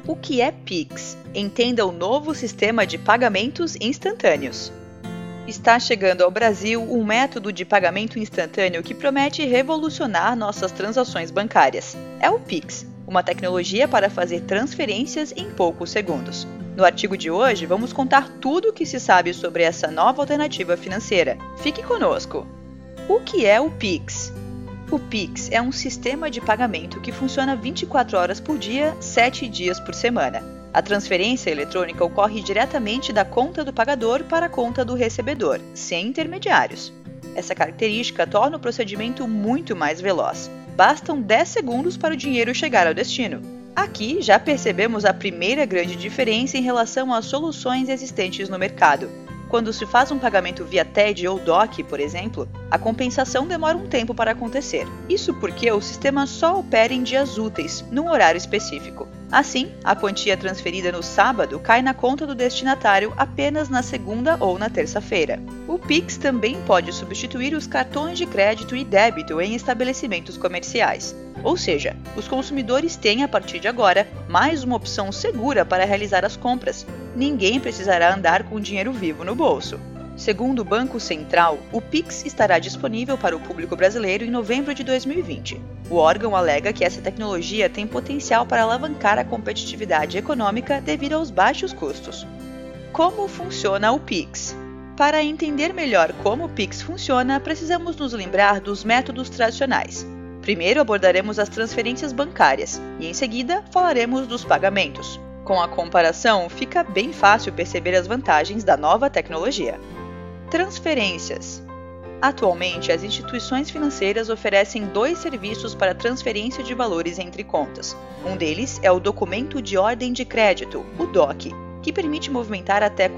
O que é Pix? Entenda o novo sistema de pagamentos instantâneos. Está chegando ao Brasil um método de pagamento instantâneo que promete revolucionar nossas transações bancárias. É o Pix, uma tecnologia para fazer transferências em poucos segundos. No artigo de hoje, vamos contar tudo o que se sabe sobre essa nova alternativa financeira. Fique conosco! O que é o Pix? O Pix é um sistema de pagamento que funciona 24 horas por dia, 7 dias por semana. A transferência eletrônica ocorre diretamente da conta do pagador para a conta do recebedor, sem intermediários. Essa característica torna o procedimento muito mais veloz. Bastam 10 segundos para o dinheiro chegar ao destino. Aqui já percebemos a primeira grande diferença em relação às soluções existentes no mercado. Quando se faz um pagamento via TED ou DOC, por exemplo, a compensação demora um tempo para acontecer. Isso porque o sistema só opera em dias úteis, num horário específico. Assim, a quantia transferida no sábado cai na conta do destinatário apenas na segunda ou na terça-feira. O Pix também pode substituir os cartões de crédito e débito em estabelecimentos comerciais. Ou seja, os consumidores têm, a partir de agora, mais uma opção segura para realizar as compras. Ninguém precisará andar com dinheiro vivo no bolso. Segundo o Banco Central, o Pix estará disponível para o público brasileiro em novembro de 2020. O órgão alega que essa tecnologia tem potencial para alavancar a competitividade econômica devido aos baixos custos. Como funciona o Pix? Para entender melhor como o Pix funciona, precisamos nos lembrar dos métodos tradicionais. Primeiro abordaremos as transferências bancárias e, em seguida, falaremos dos pagamentos. Com a comparação, fica bem fácil perceber as vantagens da nova tecnologia. Transferências. Atualmente, as instituições financeiras oferecem 2 serviços para transferência de valores entre contas. Um deles é o Documento de Ordem de Crédito, o DOC, que permite movimentar até R$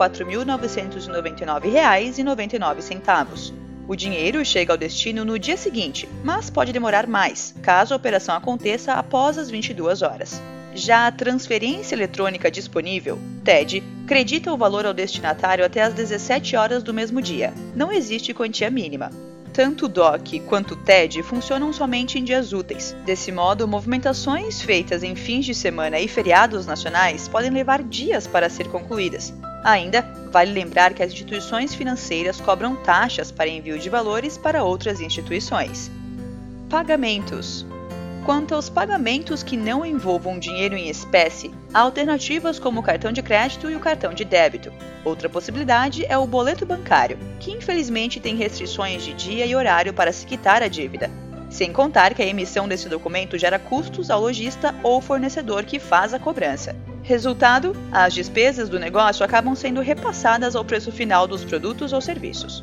4.999,99. O dinheiro chega ao destino no dia seguinte, mas pode demorar mais, caso a operação aconteça após as 22 horas. Já a transferência eletrônica disponível, TED, credita o valor ao destinatário até às 17 horas do mesmo dia. Não existe quantia mínima. Tanto o DOC quanto o TED funcionam somente em dias úteis. Desse modo, movimentações feitas em fins de semana e feriados nacionais podem levar dias para ser concluídas. Ainda, vale lembrar que as instituições financeiras cobram taxas para envio de valores para outras instituições. Pagamentos. Quanto aos pagamentos que não envolvam dinheiro em espécie, há alternativas como o cartão de crédito e o cartão de débito. Outra possibilidade é o boleto bancário, que infelizmente tem restrições de dia e horário para se quitar a dívida. Sem contar que a emissão desse documento gera custos ao lojista ou fornecedor que faz a cobrança. Resultado, as despesas do negócio acabam sendo repassadas ao preço final dos produtos ou serviços.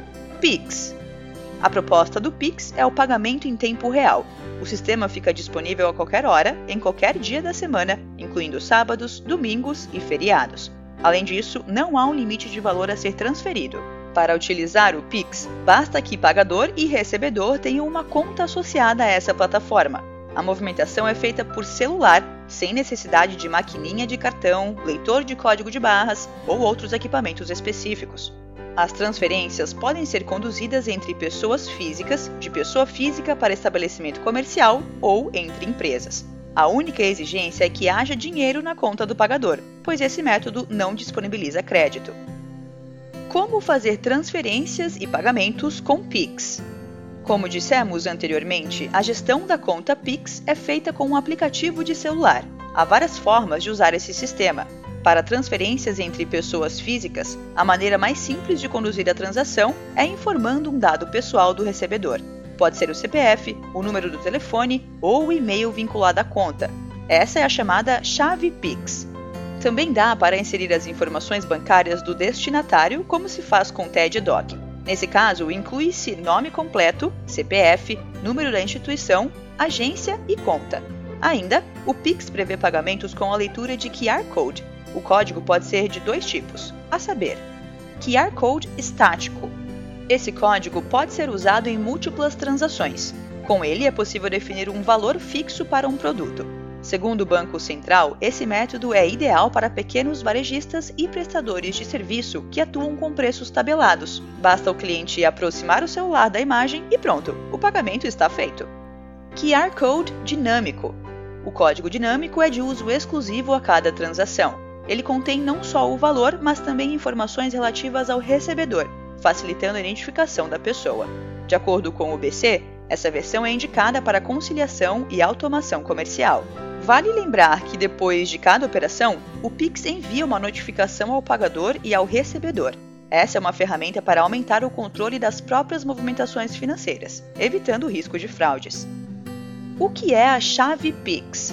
Pix. A proposta do Pix é o pagamento em tempo real. O sistema fica disponível a qualquer hora, em qualquer dia da semana, incluindo sábados, domingos e feriados. Além disso, não há um limite de valor a ser transferido. Para utilizar o Pix, basta que pagador e recebedor tenham uma conta associada a essa plataforma. A movimentação é feita por celular, sem necessidade de maquininha de cartão, leitor de código de barras ou outros equipamentos específicos. As transferências podem ser conduzidas entre pessoas físicas, de pessoa física para estabelecimento comercial ou entre empresas. A única exigência é que haja dinheiro na conta do pagador, pois esse método não disponibiliza crédito. Como fazer transferências e pagamentos com Pix? Como dissemos anteriormente, a gestão da conta Pix é feita com um aplicativo de celular. Há várias formas de usar esse sistema. Para transferências entre pessoas físicas, a maneira mais simples de conduzir a transação é informando um dado pessoal do recebedor. Pode ser o CPF, o número do telefone ou o e-mail vinculado à conta. Essa é a chamada chave Pix. Também dá para inserir as informações bancárias do destinatário, como se faz com TED e DOC. Nesse caso, inclui-se nome completo, CPF, número da instituição, agência e conta. Ainda, o Pix prevê pagamentos com a leitura de QR Code. O código pode ser de 2 tipos, a saber, QR Code estático. Esse código pode ser usado em múltiplas transações. Com ele é possível definir um valor fixo para um produto. Segundo o Banco Central, esse método é ideal para pequenos varejistas e prestadores de serviço que atuam com preços tabelados. Basta o cliente aproximar o celular da imagem e pronto, o pagamento está feito. QR Code dinâmico. O código dinâmico é de uso exclusivo a cada transação. Ele contém não só o valor, mas também informações relativas ao recebedor, facilitando a identificação da pessoa. De acordo com o BC, essa versão é indicada para conciliação e automação comercial. Vale lembrar que depois de cada operação, o Pix envia uma notificação ao pagador e ao recebedor. Essa é uma ferramenta para aumentar o controle das próprias movimentações financeiras, evitando o risco de fraudes. O que é a chave Pix?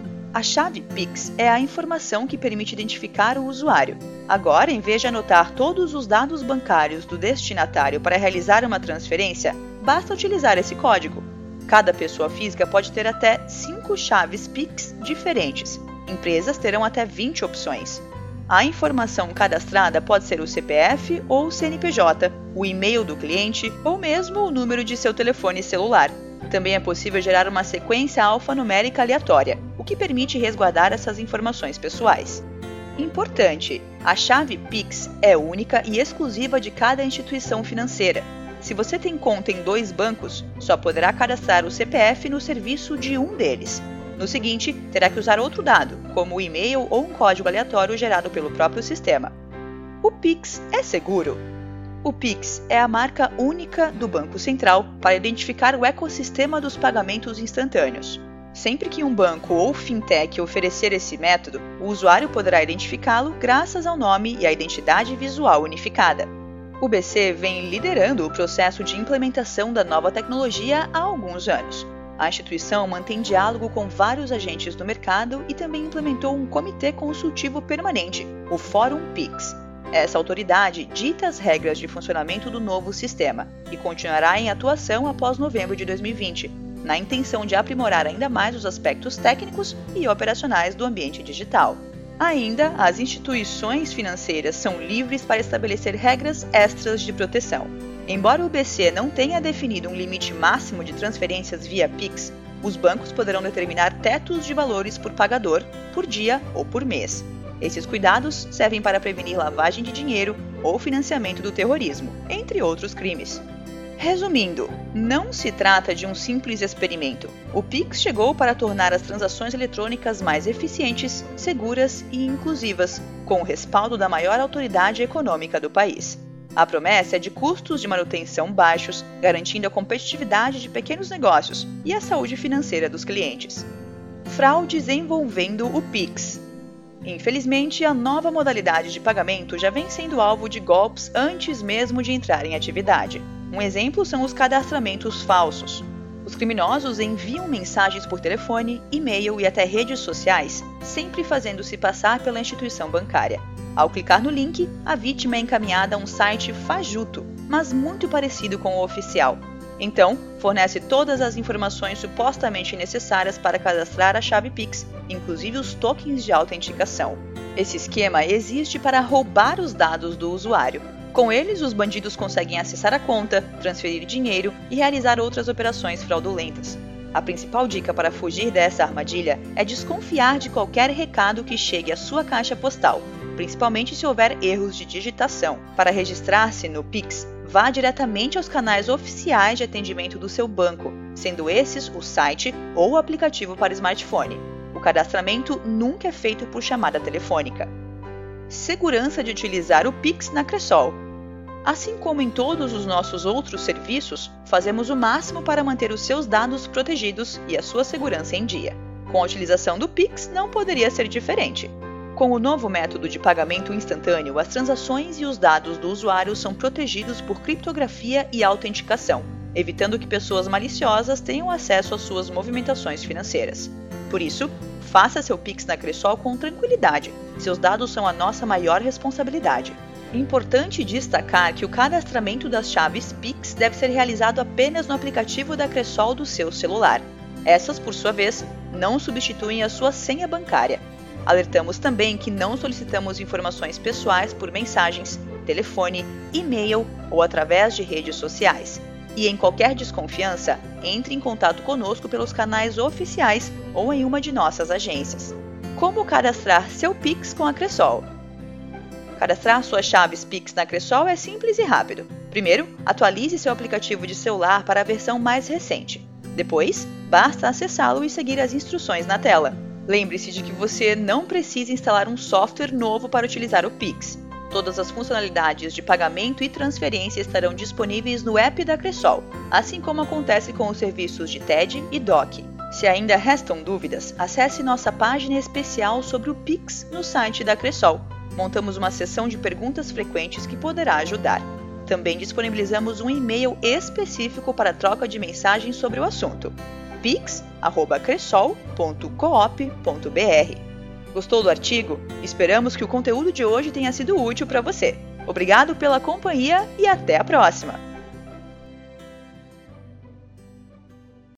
A chave Pix é a informação que permite identificar o usuário. Agora, em vez de anotar todos os dados bancários do destinatário para realizar uma transferência, basta utilizar esse código. Cada pessoa física pode ter até 5 chaves Pix diferentes. Empresas terão até 20 opções. A informação cadastrada pode ser o CPF ou o CNPJ, o e-mail do cliente ou mesmo o número de seu telefone celular. Também é possível gerar uma sequência alfanumérica aleatória, o que permite resguardar essas informações pessoais. Importante: a chave Pix é única e exclusiva de cada instituição financeira. Se você tem conta em 2 bancos, só poderá cadastrar o CPF no serviço de um deles. No seguinte, terá que usar outro dado, como o e-mail ou um código aleatório gerado pelo próprio sistema. O Pix é seguro? O Pix é a marca única do Banco Central para identificar o ecossistema dos pagamentos instantâneos. Sempre que um banco ou fintech oferecer esse método, o usuário poderá identificá-lo graças ao nome e à identidade visual unificada. O BC vem liderando o processo de implementação da nova tecnologia há alguns anos. A instituição mantém diálogo com vários agentes do mercado e também implementou um comitê consultivo permanente, o Fórum Pix. Essa autoridade dita as regras de funcionamento do novo sistema e continuará em atuação após novembro de 2020, na intenção de aprimorar ainda mais os aspectos técnicos e operacionais do ambiente digital. Ainda, as instituições financeiras são livres para estabelecer regras extras de proteção. Embora o BC não tenha definido um limite máximo de transferências via Pix, os bancos poderão determinar tetos de valores por pagador, por dia ou por mês. Esses cuidados servem para prevenir lavagem de dinheiro ou financiamento do terrorismo, entre outros crimes. Resumindo, não se trata de um simples experimento. O Pix chegou para tornar as transações eletrônicas mais eficientes, seguras e inclusivas, com o respaldo da maior autoridade econômica do país. A promessa é de custos de manutenção baixos, garantindo a competitividade de pequenos negócios e a saúde financeira dos clientes. Fraudes envolvendo o Pix. Infelizmente, a nova modalidade de pagamento já vem sendo alvo de golpes antes mesmo de entrar em atividade. Um exemplo são os cadastramentos falsos. Os criminosos enviam mensagens por telefone, e-mail e até redes sociais, sempre fazendo-se passar pela instituição bancária. Ao clicar no link, a vítima é encaminhada a um site fajuto, mas muito parecido com o oficial. Então, fornece todas as informações supostamente necessárias para cadastrar a chave Pix, inclusive os tokens de autenticação. Esse esquema existe para roubar os dados do usuário. Com eles, os bandidos conseguem acessar a conta, transferir dinheiro e realizar outras operações fraudulentas. A principal dica para fugir dessa armadilha é desconfiar de qualquer recado que chegue à sua caixa postal, principalmente se houver erros de digitação. Para registrar-se no Pix, vá diretamente aos canais oficiais de atendimento do seu banco, sendo esses o site ou o aplicativo para smartphone. O cadastramento nunca é feito por chamada telefônica. Segurança de utilizar o Pix na Cressol. Assim como em todos os nossos outros serviços, fazemos o máximo para manter os seus dados protegidos e a sua segurança em dia. Com a utilização do Pix, não poderia ser diferente. Com o novo método de pagamento instantâneo, as transações e os dados do usuário são protegidos por criptografia e autenticação, evitando que pessoas maliciosas tenham acesso às suas movimentações financeiras. Por isso, faça seu Pix na Cressol com tranquilidade. Seus dados são a nossa maior responsabilidade. Importante destacar que o cadastramento das chaves Pix deve ser realizado apenas no aplicativo da Cressol do seu celular. Essas, por sua vez, não substituem a sua senha bancária. Alertamos também que não solicitamos informações pessoais por mensagens, telefone, e-mail ou através de redes sociais. E em qualquer desconfiança, entre em contato conosco pelos canais oficiais ou em uma de nossas agências. Como cadastrar seu Pix com a Cressol? Cadastrar suas chaves Pix na Cressol é simples e rápido. Primeiro, atualize seu aplicativo de celular para a versão mais recente. Depois, basta acessá-lo e seguir as instruções na tela. Lembre-se de que você não precisa instalar um software novo para utilizar o Pix. Todas as funcionalidades de pagamento e transferência estarão disponíveis no app da Cressol, assim como acontece com os serviços de TED e DOC. Se ainda restam dúvidas, acesse nossa página especial sobre o Pix no site da Cressol. Montamos uma seção de perguntas frequentes que poderá ajudar. Também disponibilizamos um e-mail específico para troca de mensagens sobre o assunto: pix@cressol.coop.br. Gostou do artigo? Esperamos que o conteúdo de hoje tenha sido útil para você. Obrigado pela companhia e até a próxima!